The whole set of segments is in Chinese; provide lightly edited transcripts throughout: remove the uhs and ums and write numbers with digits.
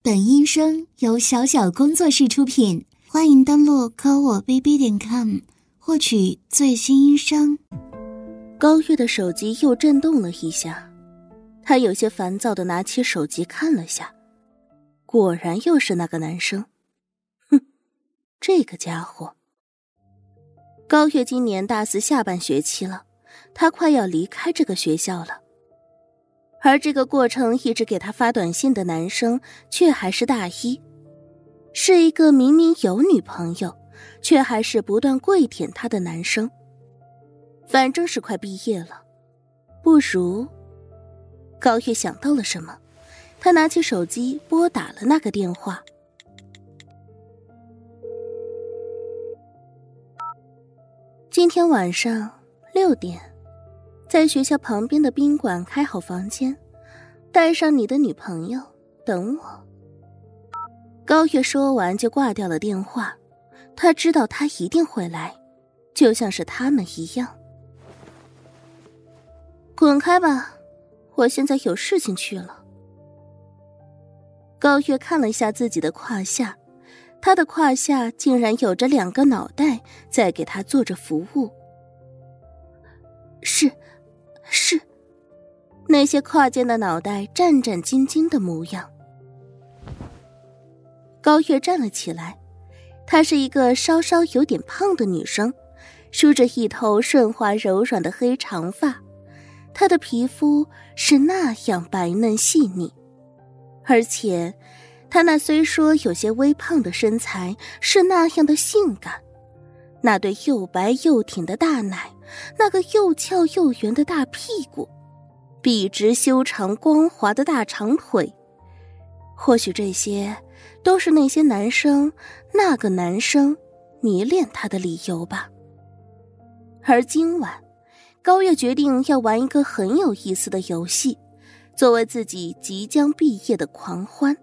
本音声由小小工作室出品，欢迎登录科我 bb.com 获取最新音声。 高月的手机又震动了一下，他有些烦躁地拿起手机看了下，果然又是那个男生。哼，这个家伙。高月今年大4下半学期了，他快要离开这个学校了。而这个过程一直给他发短信的男生却还是大1，是一个明明有女朋友却还是不断跪舔他的男生。反正是快毕业了，不如……高月想到了什么，他拿起手机拨打了那个电话。今天晚上6点，在学校旁边的宾馆开好房间，带上你的女朋友，等我。高月说完就挂掉了电话，他知道他一定会来，就像是他们一样。滚开吧，我现在有事情去了。高月看了一下自己的胯下，他的胯下竟然有着2个脑袋在给他做着服务。是，那些胯间的脑袋战战兢兢的模样。高月站了起来，她是一个稍稍有点胖的女生，梳着一头顺滑柔软的黑长发，她的皮肤是那样白嫩细腻，而且她那虽说有些微胖的身材是那样的性感，那对又白又挺的大奶，那个又翘又圆的大屁股，笔直修长光滑的大长腿，或许这些都是那些那个男生迷恋她的理由吧。而今晚高月决定要玩一个很有意思的游戏，作为自己即将毕业的狂欢。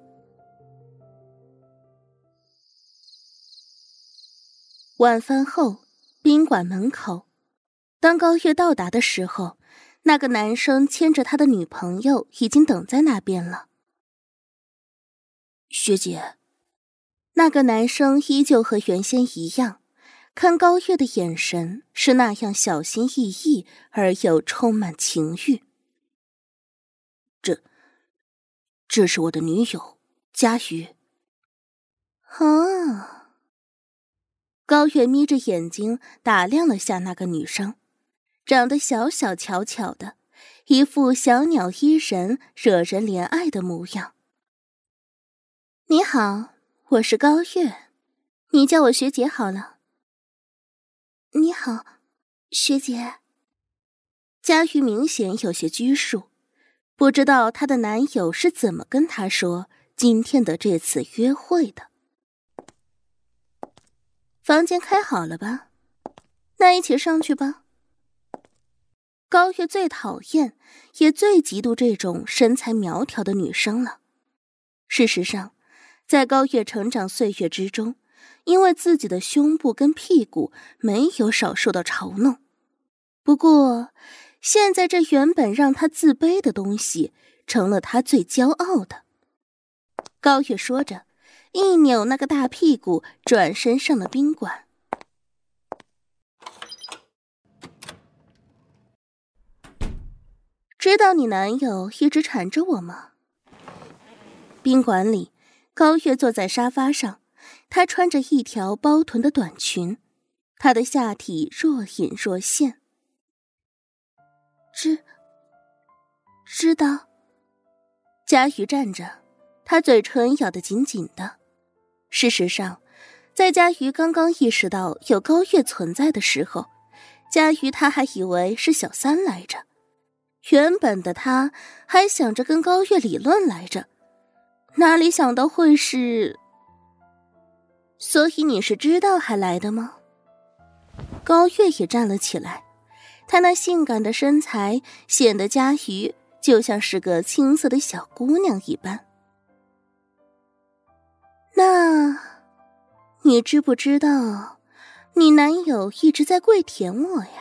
晚饭后，宾馆门口，当高月到达的时候，那个男生牵着他的女朋友已经等在那边了。学姐。那个男生依旧和原先一样，看高月的眼神是那样小心翼翼而又充满情欲。这是我的女友佳瑜。啊！高月眯着眼睛打量了下那个女生，长得小小巧巧的，一副小鸟依人惹人怜爱的模样。你好，我是高月，你叫我学姐好了。你好，学姐。佳瑜明显有些拘束，不知道她的男友是怎么跟她说今天的这次约会的。房间开好了吧？那一起上去吧。高月最讨厌也最嫉妒这种身材苗条的女生了。事实上，在高月成长岁月之中，因为自己的胸部跟屁股没有少受到嘲弄。不过，现在这原本让她自卑的东西，成了她最骄傲的。高月说着，一扭那个大屁股，转身上了宾馆。知道你男友一直缠着我吗？宾馆里，高月坐在沙发上，她穿着一条包臀的短裙，她的下体若隐若现。知道。佳瑜站着，她嘴唇咬得紧紧的。事实上，在佳瑜刚刚意识到有高月存在的时候，佳瑜她还以为是小三来着。原本的她还想着跟高月理论来着，哪里想到会是……所以你是知道还来的吗？高月也站了起来，她那性感的身材显得佳瑜就像是个青涩的小姑娘一般。那你知不知道你男友一直在跪舔我呀？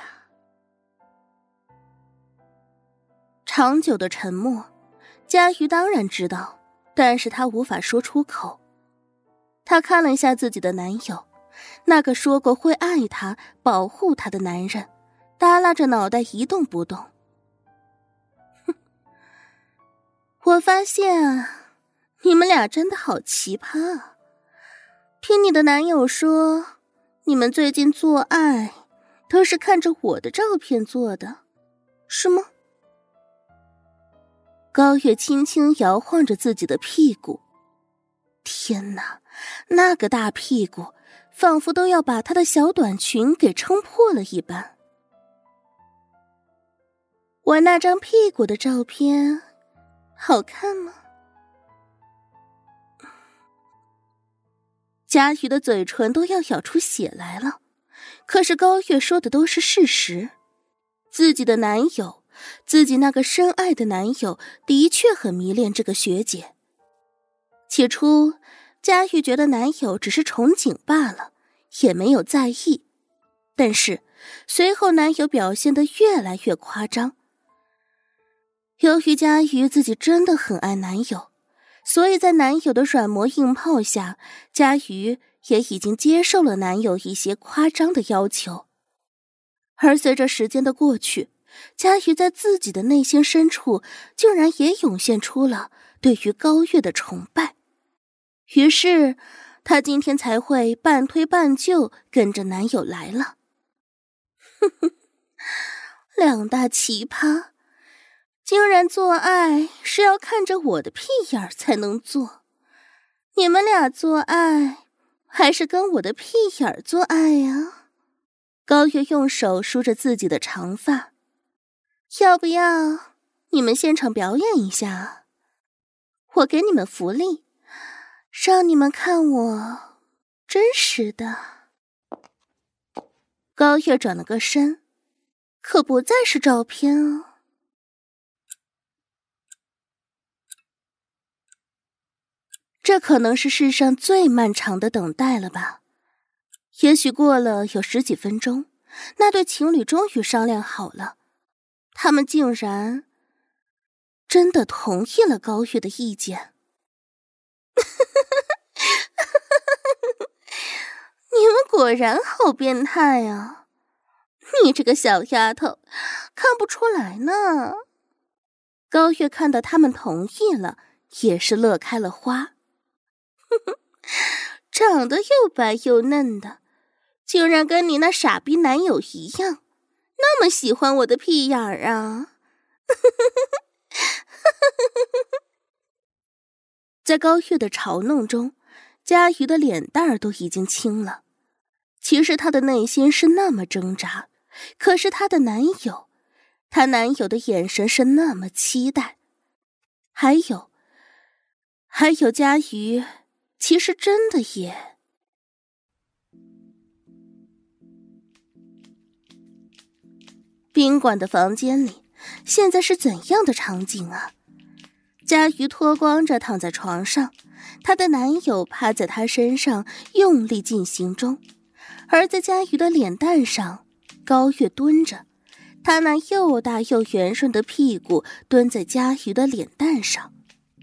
长久的沉默，佳瑜当然知道， 但是她无法说出口。她看了一下自己的男友，那个说过会爱她、保护她的男人，耷拉着脑袋一动不动。哼，我发现啊，你们俩真的好奇葩啊！听你的男友说，你们最近做爱都是看着我的照片做的，是吗？高月轻轻摇晃着自己的屁股，天哪，那个大屁股仿佛都要把她的小短裙给撑破了一般。我那张屁股的照片好看吗？佳瑜的嘴唇都要咬出血来了，可是高月说的都是事实，自己的男友，自己那个深爱的男友的确很迷恋这个学姐。起初佳玉觉得男友只是憧憬罢了，也没有在意，但是随后男友表现得越来越夸张。由于佳玉自己真的很爱男友，所以在男友的软磨硬泡下，佳瑜也已经接受了男友一些夸张的要求。而随着时间的过去，佳瑜在自己的内心深处竟然也涌现出了对于高月的崇拜，于是她今天才会半推半就跟着男友来了。哼哼，两大奇葩竟然做爱是要看着我的屁眼才能做，你们俩做爱还是跟我的屁眼做爱呀？高月用手梳着自己的长发，要不要你们现场表演一下？我给你们福利，让你们看我真实的。高月转了个身，可不再是照片啊。这可能是世上最漫长的等待了吧。也许过了有10几分钟，那对情侣终于商量好了，他们竟然真的同意了高月的意见。你们果然好变态啊！你这个小丫头，看不出来呢。高月看到他们同意了，也是乐开了花。长得又白又嫩的，竟然跟你那傻逼男友一样，那么喜欢我的屁眼儿啊！在高月的嘲弄中，佳瑜的脸蛋儿都已经青了。其实她的内心是那么挣扎，可是她男友的眼神是那么期待。还有佳瑜其实真的也……宾馆的房间里现在是怎样的场景啊？佳瑜脱光着躺在床上，她的男友趴在她身上用力进行中，而在佳瑜的脸蛋上，高月蹲着，她那又大又圆润的屁股蹲在佳瑜的脸蛋上。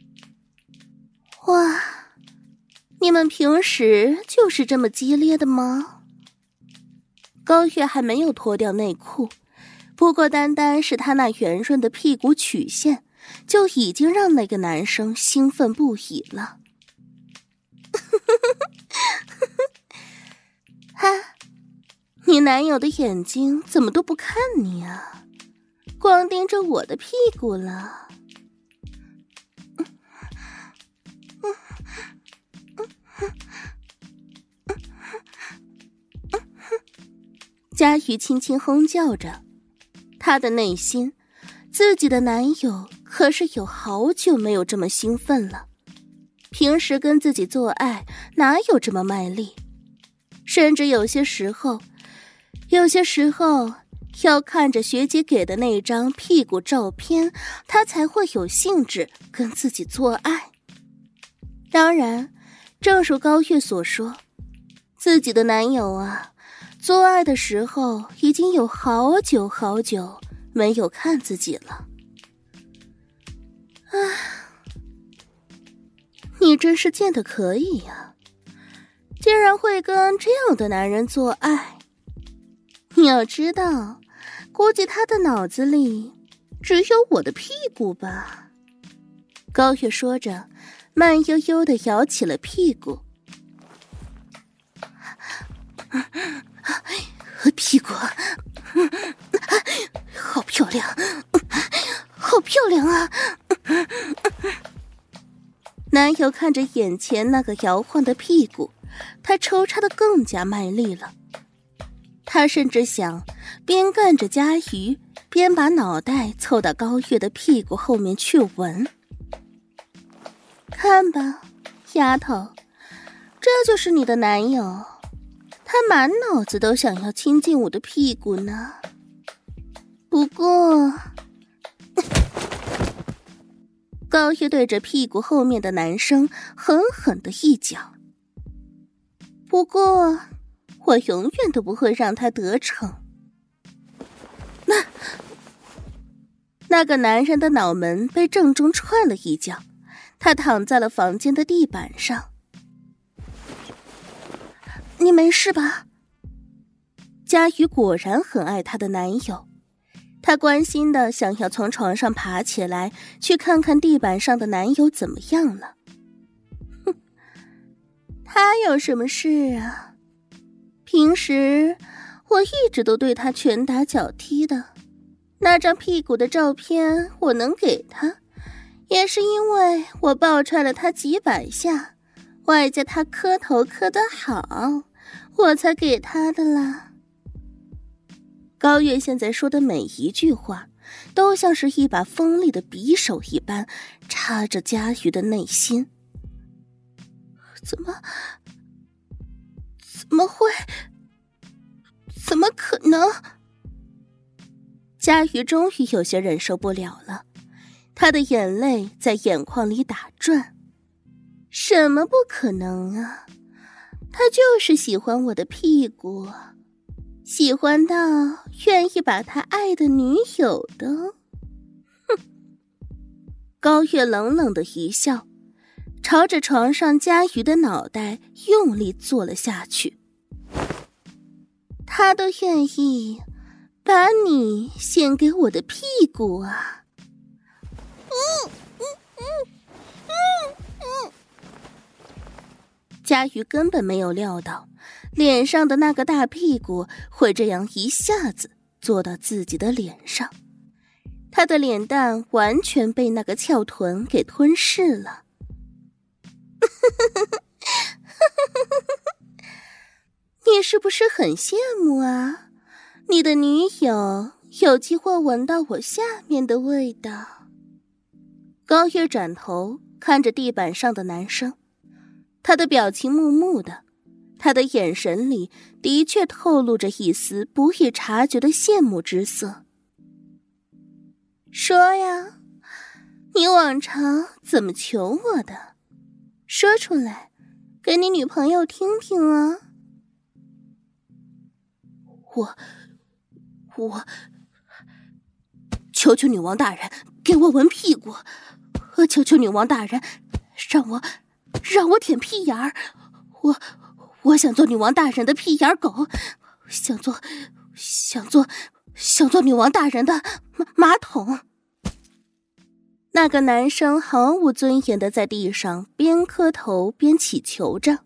哇，你们平时就是这么激烈的吗？高月还没有脱掉内裤，不过单单是她那圆润的屁股曲线就已经让那个男生兴奋不已了。哈，你男友的眼睛怎么都不看你啊，光盯着我的屁股了。佳瑜轻轻哼叫着，她的内心，自己的男友可是有好久没有这么兴奋了。平时跟自己做爱哪有这么卖力，甚至有些时候要看着学姐给的那张屁股照片，他才会有兴致跟自己做爱。当然，正如高月所说，自己的男友啊，做爱的时候已经有好久好久没有看自己了。 你真是贱得可以呀，竟然会跟这样的男人做爱。你要知道，估计他的脑子里只有我的屁股吧。高月说着，慢悠悠地摇起了屁股。屁股好漂亮，好漂亮啊。男友看着眼前那个摇晃的屁股，他抽插得更加卖力了。他甚至想边干着家鱼，边把脑袋凑到高月的屁股后面去闻。看吧，丫头，这就是你的男友，他满脑子都想要亲近我的屁股呢。不过高月对着屁股后面的男生狠狠的一脚。不过我永远都不会让他得逞。那个男人的脑门被正中踹了一脚，他躺在了房间的地板上。你没事吧？佳瑜果然很爱她的男友，她关心的想要从床上爬起来，去看看地板上的男友怎么样了。哼，他有什么事啊？平时我一直都对他拳打脚踢的，那张屁股的照片我能给他，也是因为我暴踹了他几百下，外加他磕头磕得好，我才给他的啦。高月现在说的每一句话，都像是一把锋利的匕首一般，插着佳瑜的内心。怎么会？怎么可能？佳瑜终于有些忍受不了了，她的眼泪在眼眶里打转。什么不可能啊？他就是喜欢我的屁股，喜欢到愿意把他爱的女友的。哼！高月冷冷的一笑，朝着床上佳瑜的脑袋用力坐了下去。他都愿意把你献给我的屁股啊！佳瑜根本没有料到脸上的那个大屁股会这样一下子坐到自己的脸上，她的脸蛋完全被那个翘臀给吞噬了。你是不是很羡慕啊？你的女友有机会闻到我下面的味道。高月转头看着地板上的男生，他的表情木木的，他的眼神里的确透露着一丝不易察觉的羡慕之色。说呀，你往常怎么求我的？说出来，给你女朋友听听啊。我求求女王大人给我闻屁股，求求女王大人让我舔屁眼儿，我想做女王大人的屁眼狗，想做女王大人的马桶。那个男生毫无尊严的在地上边磕头边祈求着。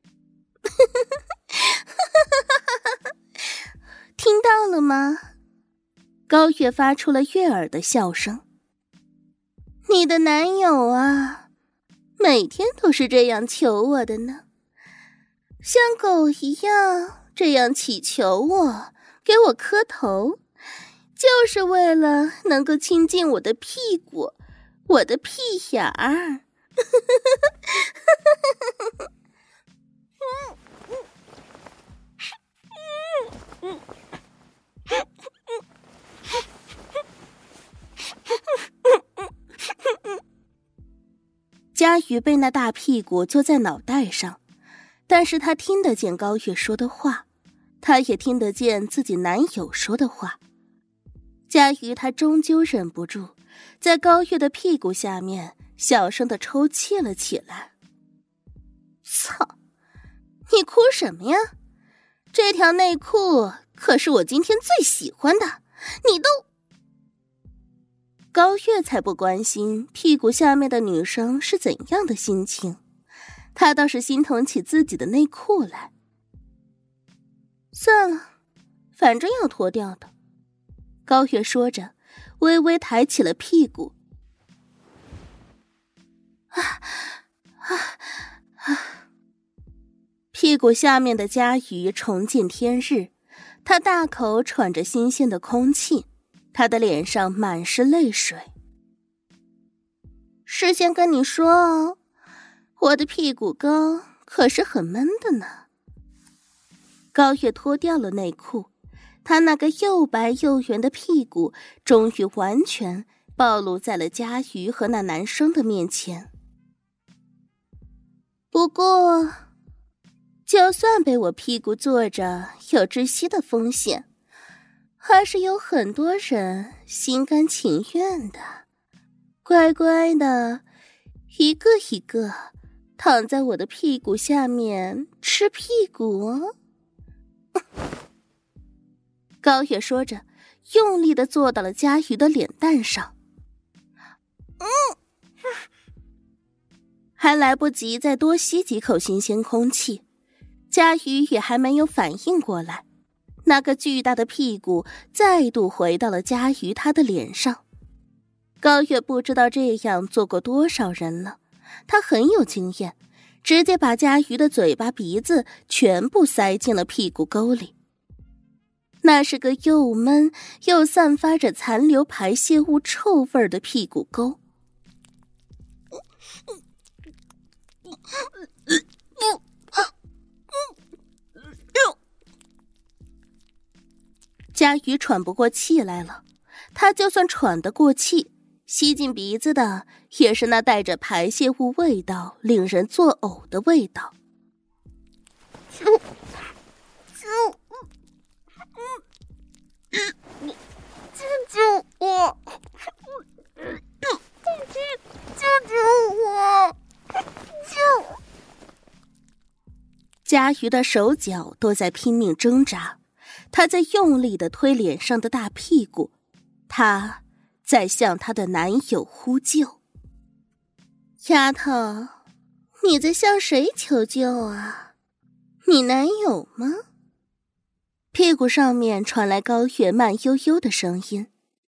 听到了吗？高月发出了悦耳的笑声。你的男友啊，每天都是这样求我的呢，像狗一样这样祈求我，给我磕头，就是为了能够亲近我的屁股，我的屁眼儿。佳瑜被那大屁股坐在脑袋上，但是她听得见高月说的话，她也听得见自己男友说的话。佳瑜她终究忍不住，在高月的屁股下面小声地抽泣了起来。 哭什么呀？这条内裤可是我今天最喜欢的，你都……高月才不关心屁股下面的女生是怎样的心情，他倒是心疼起自己的内裤来。算了，反正要脱掉的。高月说着，微微抬起了屁股。屁股下面的家鱼重见天日，他大口喘着新鲜的空气，他的脸上满是泪水。事先跟你说哦，我的屁股沟可是很闷的呢。高月脱掉了内裤，他那个又白又圆的屁股终于完全暴露在了家鱼和那男生的面前。不过就算被我屁股坐着有窒息的风险，还是有很多人心甘情愿的乖乖的一个一个躺在我的屁股下面吃屁股哦。高月说着，用力地坐到了家鱼的脸蛋上。还来不及再多吸几口新鲜空气，家鱼也还没有反应过来，那个巨大的屁股再度回到了家鱼他的脸上。高月不知道这样做过多少人了，他很有经验，直接把家鱼的嘴巴鼻子全部塞进了屁股沟里。那是个又闷又散发着残留排泄物臭味的屁股沟。家鱼喘不过气来了，他就算喘得过气，吸进鼻子的也是那带着排泄物味道令人作呕的味道。救我！救我！家鱼的手脚都在拼命挣扎，他在用力地推脸上的大屁股，他在向他的男友呼救。丫头，你在向谁求救啊？你男友吗？屁股上面传来高月慢悠悠的声音。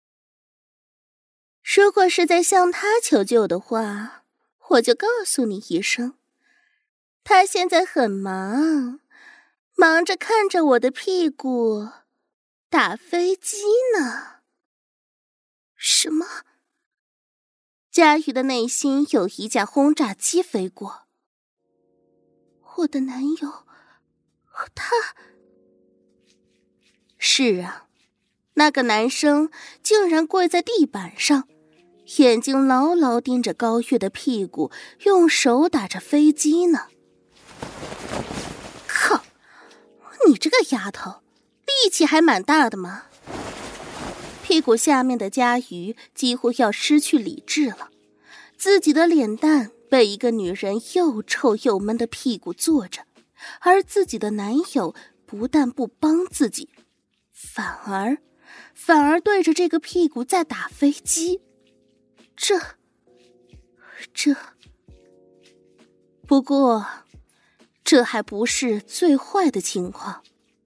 如果是在向他求救的话，我就告诉你一声，他现在很忙，忙着看着我的屁股打飞机呢。什么？家鱼的内心有一架轰炸机飞过。我的男友，他……是啊，那个男生竟然跪在地板上，眼睛牢牢盯着高月的屁股，用手打着飞机呢。靠，你这个丫头，力气还蛮大的嘛。屁股下面的家鱼几乎要失去理智了，自己的脸蛋被一个女人又臭又闷的屁股坐着，而自己的男友不但不帮自己，反而对着这个屁股在打飞机。这不过这还不是最坏的情况。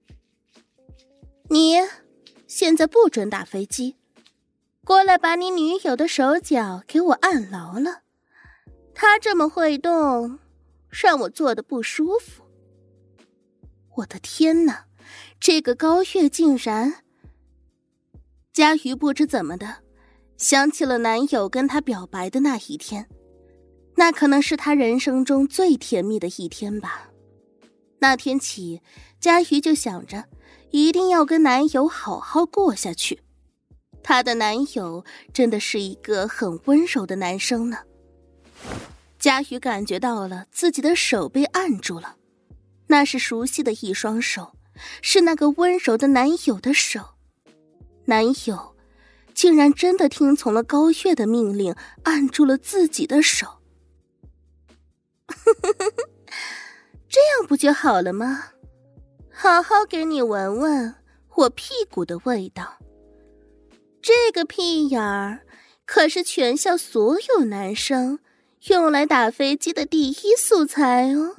你现在不准打飞机，过来把你女友的手脚给我按牢了，她这么会动，让我坐得不舒服。我的天哪，这个高月竟然……家瑜不知怎么的想起了男友跟她表白的那一天，那可能是她人生中最甜蜜的一天吧。那天起，家瑜就想着一定要跟男友好好过下去。她的男友真的是一个很温柔的男生呢。家瑜感觉到了自己的手被按住了，那是熟悉的一双手，是那个温柔的男友的手。男友竟然真的听从了高月的命令，按住了自己的手。这样不就好了吗？好好给你闻闻我屁股的味道。这个屁眼儿可是全校所有男生用来打飞机的第一素材哦。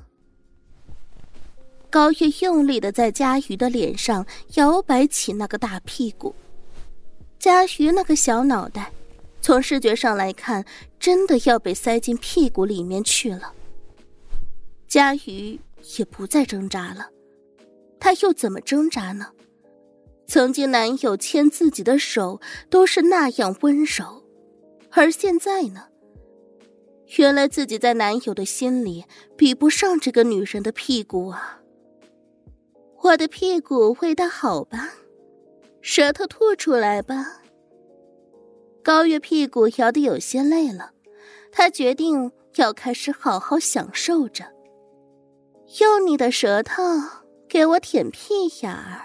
高月用力地在佳瑜的脸上摇摆起那个大屁股。佳瑜那个小脑袋，从视觉上来看，真的要被塞进屁股里面去了。佳瑜也不再挣扎了，她又怎么挣扎呢？曾经男友牵自己的手都是那样温柔，而现在呢？原来自己在男友的心里比不上这个女人的屁股啊。我的屁股味道好吧，舌头吐出来吧。高月屁股摇得有些累了，她决定要开始好好享受着。用你的舌头给我舔屁眼儿。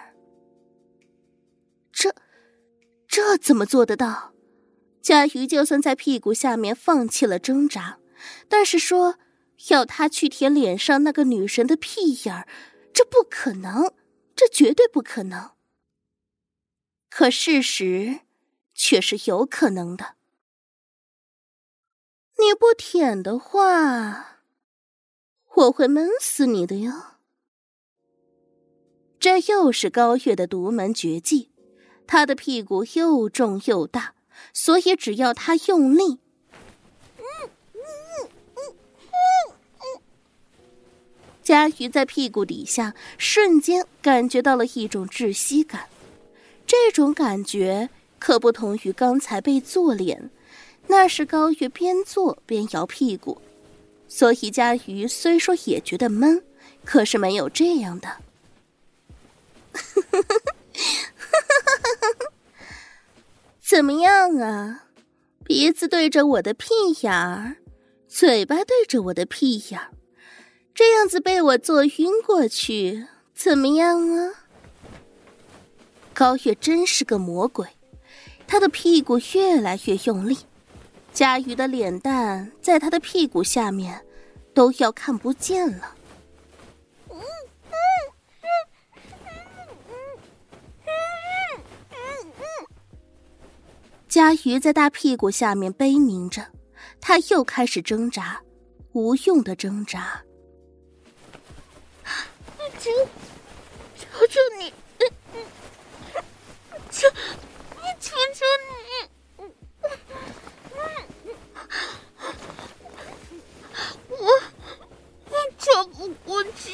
这怎么做得到？佳瑜就算在屁股下面放弃了挣扎，但是说要他去舔脸上那个女神的屁眼儿，这不可能，这绝对不可能。可事实却是有可能的。你不舔的话，我会闷死你的哟。这又是高月的独门绝技，他的屁股又重又大，所以只要他用力，佳瑜在屁股底下瞬间感觉到了一种窒息感。这种感觉可不同于刚才被做脸，那是高月边做边摇屁股，所以佳瑜虽说也觉得闷，可是没有这样的。怎么样啊？鼻子对着我的屁眼儿，嘴巴对着我的屁眼儿，这样子被我做晕过去，怎么样啊？高月真是个魔鬼，他的屁股越来越用力，佳瑜的脸蛋在他的屁股下面都要看不见了。佳瑜在大屁股下面悲鸣着，他又开始挣扎，无用的挣扎。求求你，求你，我喘不过气。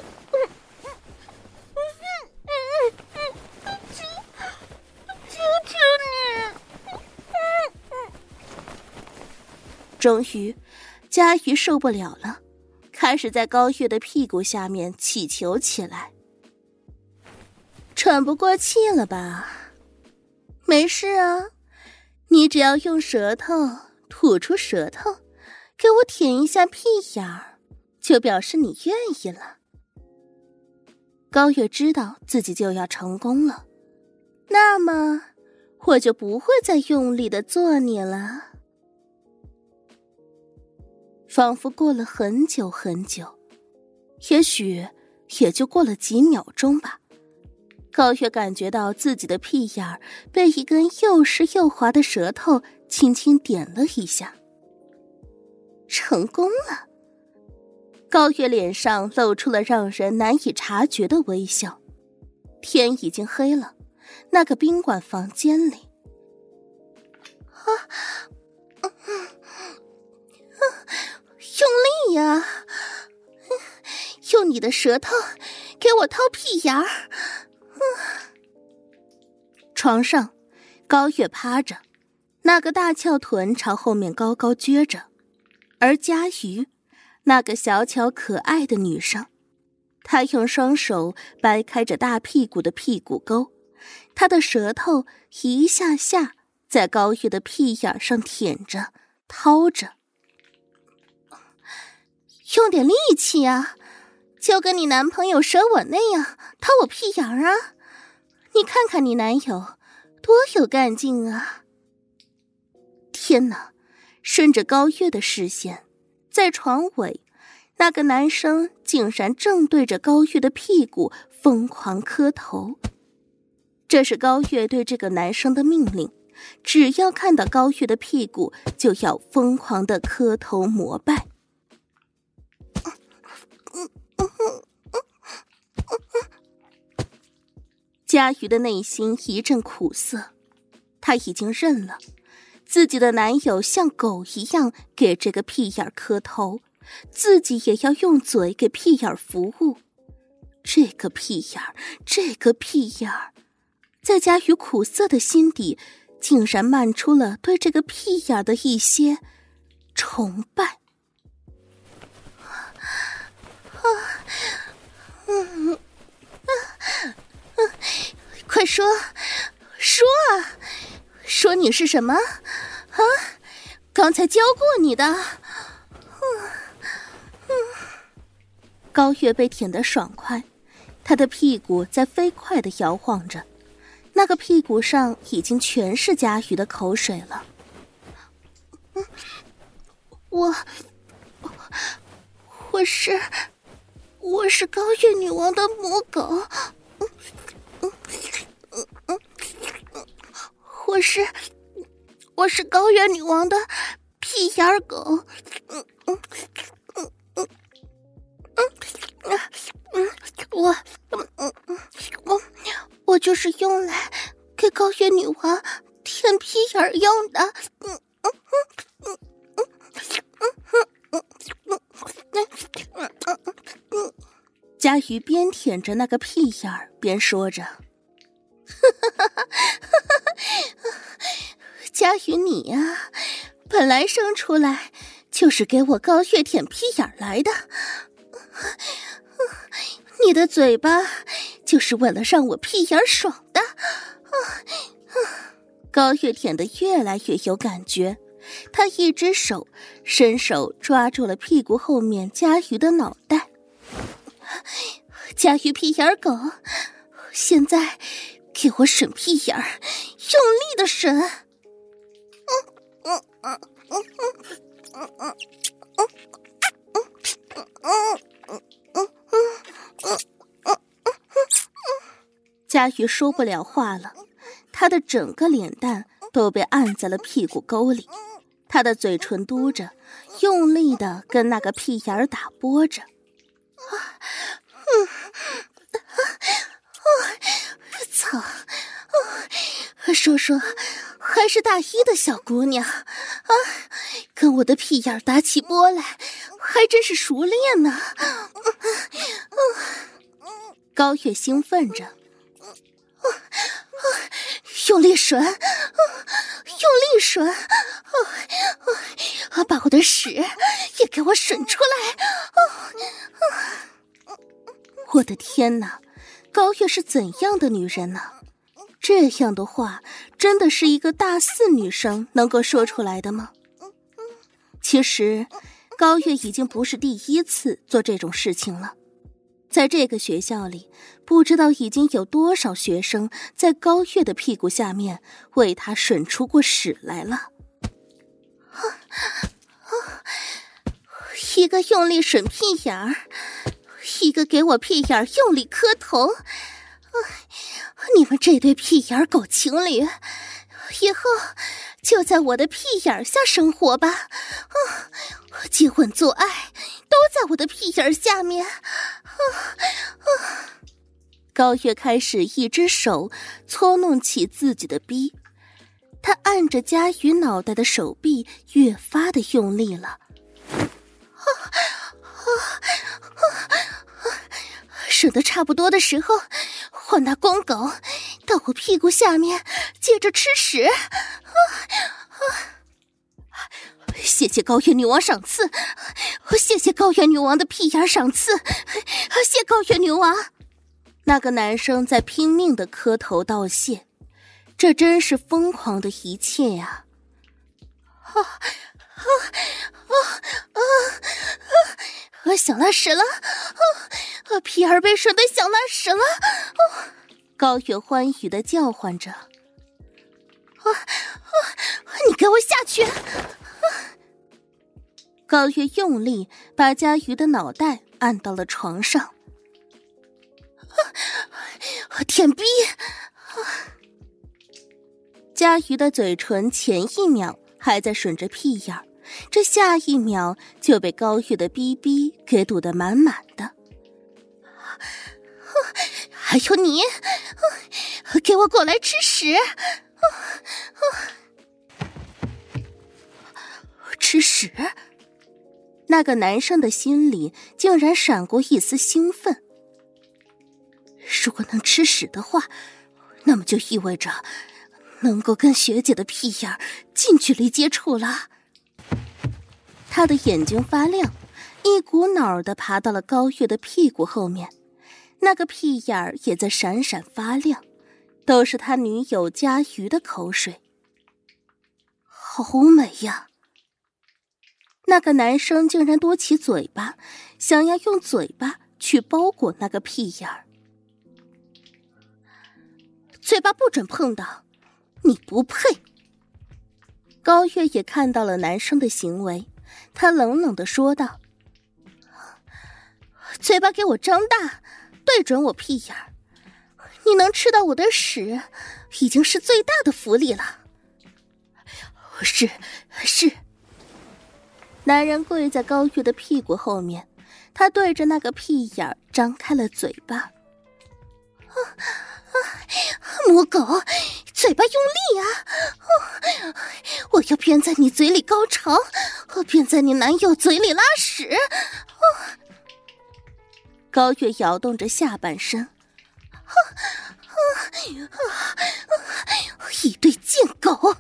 求你。终于，佳瑜受不了了，开始在高月的屁股下面乞求起来。喘不过气了吧？没事啊，你只要用舌头吐出舌头，给我舔一下屁眼儿，就表示你愿意了。高月知道自己就要成功了，那么我就不会再用力的做你了。仿佛过了很久很久，也许也就过了几秒钟吧。高月感觉到自己的屁眼儿被一根又湿又滑的舌头轻轻点了一下。成功了！高月脸上露出了让人难以察觉的微笑。天已经黑了，那个宾馆房间里，用力呀！用你的舌头给我掏屁眼儿。床上，高月趴着，那个大翘臀朝后面高高撅着，而佳瑜，那个小巧可爱的女生，她用双手掰开着大屁股的屁股沟，她的舌头一下下在高月的屁眼上舔着掏着。用点力气啊，就跟你男朋友舌吻那样掏我屁眼儿啊！你看看你男友多有干劲啊！天哪，顺着高月的视线，在床尾， 那个男生竟然正对着高月的屁股疯狂磕头。这是高月对这个男生的命令，只要看到高月的屁股，就要疯狂的磕头膜拜。佳瑜的内心一阵苦涩，她已经认了自己的男友像狗一样给这个屁眼磕头，自己也要用嘴给屁眼服务。这个屁眼，在佳瑜苦涩的心底，竟然漫出了对这个屁眼的一些崇拜。快说啊，说你是什么啊？刚才教过你的。高月被舔得爽快，她的屁股在飞快地摇晃着，那个屁股上已经全是佳瑜的口水了。我是高月女王的母狗。我是高原女王的屁眼狗。我就是用来给高原女王舔屁眼用的。佳瑜边舔着那个屁眼儿边说着：佳瑜你呀，本来生出来就是给我高月舔屁眼来的，你的嘴巴就是为了让我屁眼爽的。高月舔得越来越有感觉，他一只手伸手抓住了屁股后面佳瑜的脑袋。佳瑜屁眼狗，现在给我吮屁眼，用力的吮。佳瑜说不了话了，她的整个脸蛋都被按在了屁股沟里，她的嘴唇嘟着，用力的跟那个屁眼打啵着。操！说还是大一的小姑娘啊，跟我的屁眼打起波来，还真是熟练呢。高月兴奋着，用力吮，把我的屎也给我吮出来。我的天哪，高月是怎样的女人呢？这样的话，真的是一个大4女生能够说出来的吗？其实，高月已经不是第一次做这种事情了。在这个学校里，不知道已经有多少学生在高月的屁股下面为她吮出过屎来了。一个用力吮屁眼儿，一个给我屁眼用力磕头。你们这对屁眼狗情侣，以后就在我的屁眼下生活吧。接吻做爱都在我的屁眼下面。高月开始一只手搓弄起自己的逼，他按着佳瑜脑袋的手臂越发的用力了。吮得差不多的时候，换那公狗到我屁股下面接着吃屎。谢谢高原女王赏赐，谢谢高原女王的屁眼赏赐，谢高原女王。那个男生在拼命的磕头道谢，这真是疯狂的一切呀！想拉屎了，屁儿被吮得想拉屎了。高月欢愉的叫唤着：你给我下去！ 高月用力把佳瑜的脑袋按到了床上。舔逼！佳瑜的嘴唇前一秒还在吮着屁眼儿，这下一秒就被高月的逼逼给堵得满满的。还有你，给我过来吃屎！吃屎！那个男生的心里竟然闪过一丝兴奋。如果能吃屎的话，那么就意味着能够跟学姐的屁眼儿近距离接触了。他的眼睛发亮，一股脑地爬到了高月的屁股后面，那个屁眼儿也在闪闪发亮，都是他女友佳瑜的口水。好美呀！那个男生竟然多起嘴巴，想要用嘴巴去包裹那个屁眼儿。嘴巴不准碰到，你不配！高月也看到了男生的行为，他冷冷地说道：嘴巴给我张大，对准我屁眼儿，你能吃到我的屎，已经是最大的福利了。是。男人跪在高月的屁股后面，他对着那个屁眼儿张开了嘴巴。母狗，嘴巴用力啊！我要边在你嘴里高潮，边在你男友嘴里拉屎。高月摇动着下半身，一对贱狗！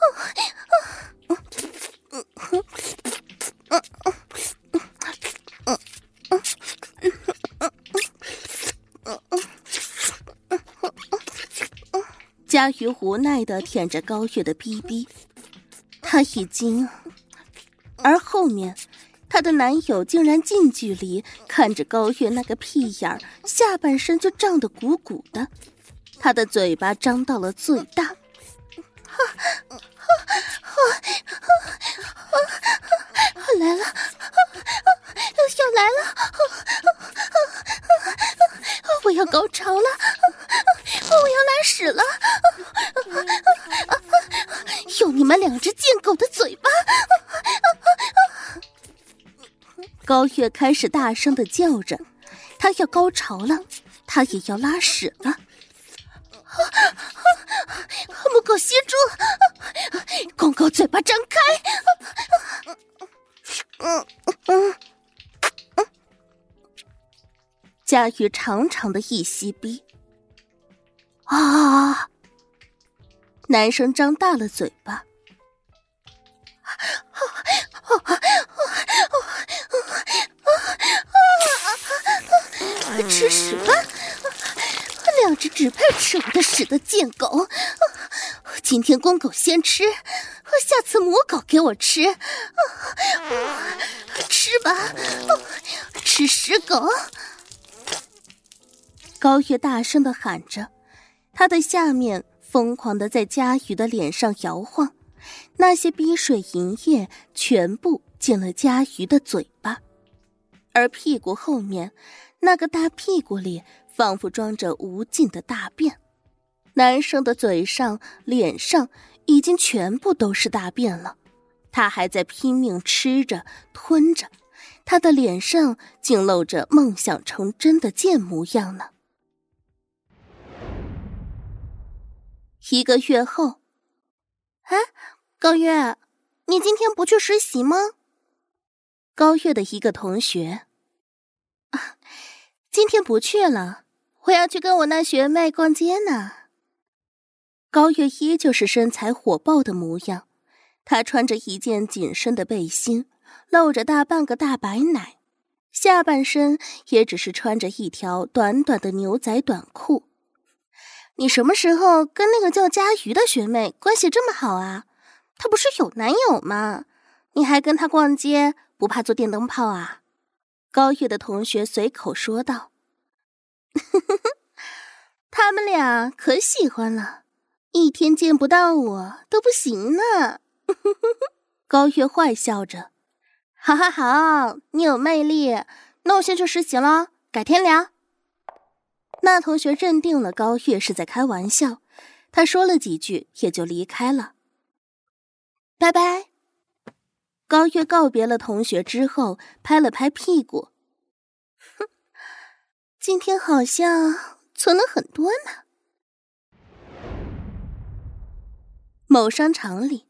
佳瑜无奈地舔着高月的逼逼，她已经，而后面她的男友竟然近距离看着高月那个屁眼儿，下半身就胀得鼓鼓的，她的嘴巴张到了最大。来了，要来了！我要高潮了，我要拉屎了！用你们两只贱狗的嘴巴！高月开始大声地叫着，她要高潮了，她也要拉屎了。母狗吸住，公狗嘴巴张开！佳瑜长长的一吸逼，啊！男生张大了嘴巴，吃屎吧！两只只配吃我的屎的贱狗，今天公狗先吃，下次母狗给我吃，吃吧，吃屎狗！高月大声地喊着，他的下面疯狂地在佳瑜的脸上摇晃，那些逼水银液全部进了佳瑜的嘴巴，而屁股后面那个大屁股里仿佛装着无尽的大便，男生的嘴上、脸上已经全部都是大便了，他还在拼命吃着、吞着，他的脸上竟露着梦想成真的贱模样呢。1个月后，高月，你今天不去实习吗？高月的一个同学，今天不去了，我要去跟我那学妹逛街呢。高月依旧是身材火爆的模样，她穿着一件紧身的背心，露着大半个大白奶，下半身也只是穿着一条短短的牛仔短裤。你什么时候跟那个叫佳瑜的学妹关系这么好啊？她不是有男友吗？你还跟她逛街，不怕做电灯泡啊？高月的同学随口说道。他们俩可喜欢了，一天见不到我都不行呢。高月坏笑着， 好好好，你有魅力，那我先去实习了，改天聊。那同学认定了高月是在开玩笑，他说了几句也就离开了。拜拜。高月告别了同学之后，拍了拍屁股。哼，今天好像存了很多呢。某商场里，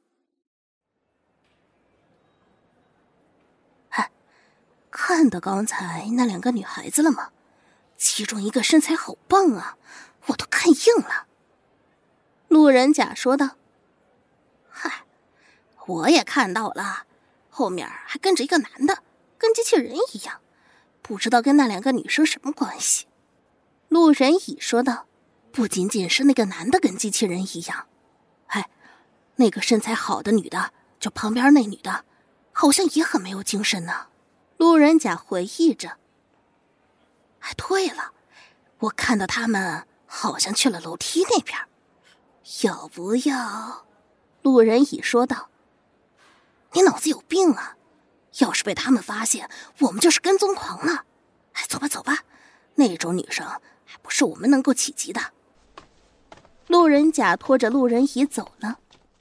看到刚才那2个女孩子了吗？其中一个身材好棒啊，我都看硬了。路人甲说道。嗨，我也看到了，后面还跟着一个男的，跟机器人一样，不知道跟那2个女生什么关系。路人乙说道。不仅仅是那个男的跟机器人一样，那个身材好的女的，就旁边那女的，好像也很没有精神呢。路人甲回忆着。对了，我看到他们好像去了楼梯那边，要不要？路人乙说道。你脑子有病啊，要是被他们发现，我们就是跟踪狂了。走吧走吧，那种女生还不是我们能够企及的。路人甲拖着路人乙走了。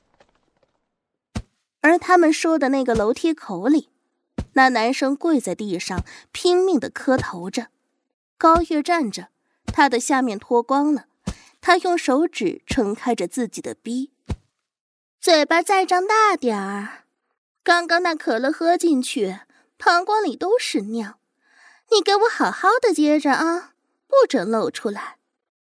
而他们说的那个楼梯口里，那男生跪在地上拼命地磕头着。高月站着，他的下面脱光了，他用手指撑开着自己的逼，嘴巴再张大点儿。刚刚那可乐喝进去，膀胱里都是尿，你给我好好的接着啊，不准露出来。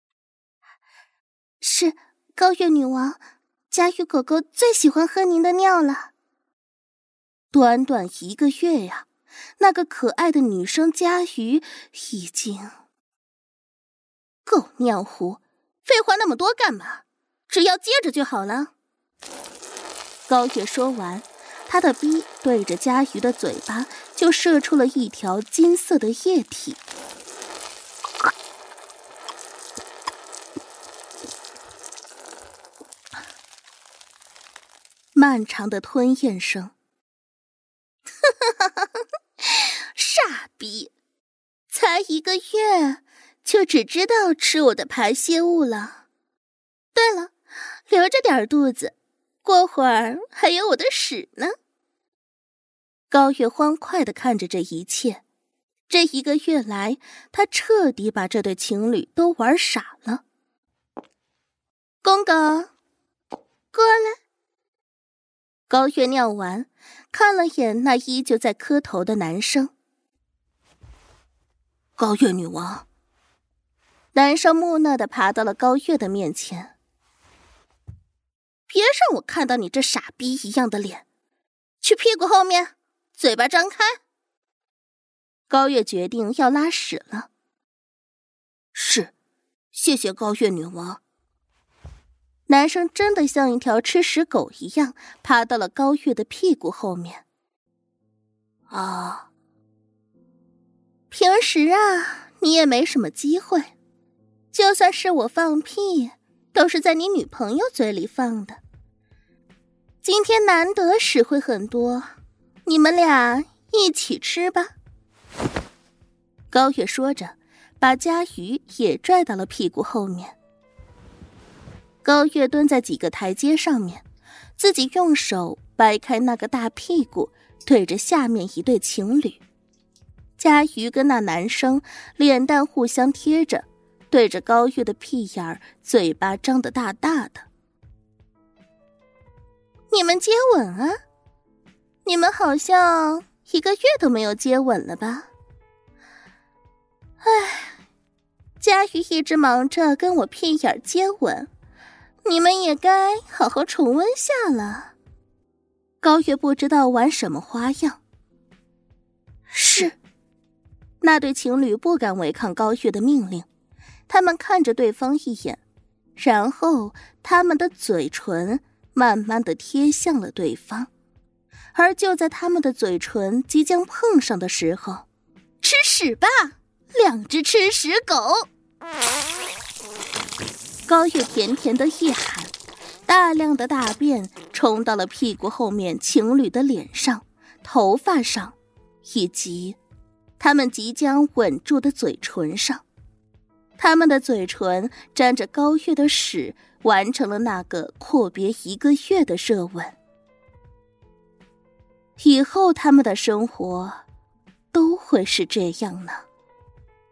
是，高月女王，佳玉狗狗最喜欢喝您的尿了。短短1个月呀，那个可爱的女生佳瑜已经够尿壶，废话那么多干嘛？只要接着就好了。高月说完，他的逼对着佳瑜的嘴巴就射出了一条金色的液体。漫长的吞咽声。傻逼，才1个月就只知道吃我的排泄物了。对了，留着点肚子，过会儿还有我的屎呢。高月欢快地看着这一切，这1个月来，他彻底把这对情侣都玩傻了。公狗，过来。高月尿完，看了眼那依旧在磕头的男生。高月女王。男生木讷地爬到了高月的面前。别让我看到你这傻逼一样的脸，去屁股后面，嘴巴张开。高月决定要拉屎了。是，谢谢高月女王。男生真的像一条吃屎狗一样爬到了高月的屁股后面。平时啊，你也没什么机会，就算是我放屁，都是在你女朋友嘴里放的。今天难得屎会很多，你们俩一起吃吧。高月说着，把佳瑜也拽到了屁股后面。高月蹲在几个台阶上面，自己用手掰开那个大屁股，对着下面一对情侣。佳瑜跟那男生脸蛋互相贴着，对着高月的屁眼儿，嘴巴张得大大的。你们接吻啊？你们好像1个月都没有接吻了吧？佳瑜一直忙着跟我屁眼接吻，你们也该好好重温下了。高月不知道玩什么花样。是。那对情侣不敢违抗高月的命令，他们看着对方一眼，然后他们的嘴唇慢慢地贴向了对方。而就在他们的嘴唇即将碰上的时候，吃屎吧，2只吃屎狗！高月甜甜的一喊，大量的大便冲到了屁股后面情侣的脸上、头发上， 以及他们即将吻住的嘴唇上。他们的嘴唇沾着高月的屎，完成了那个阔别1个月的热吻。以后他们的生活都会是这样呢。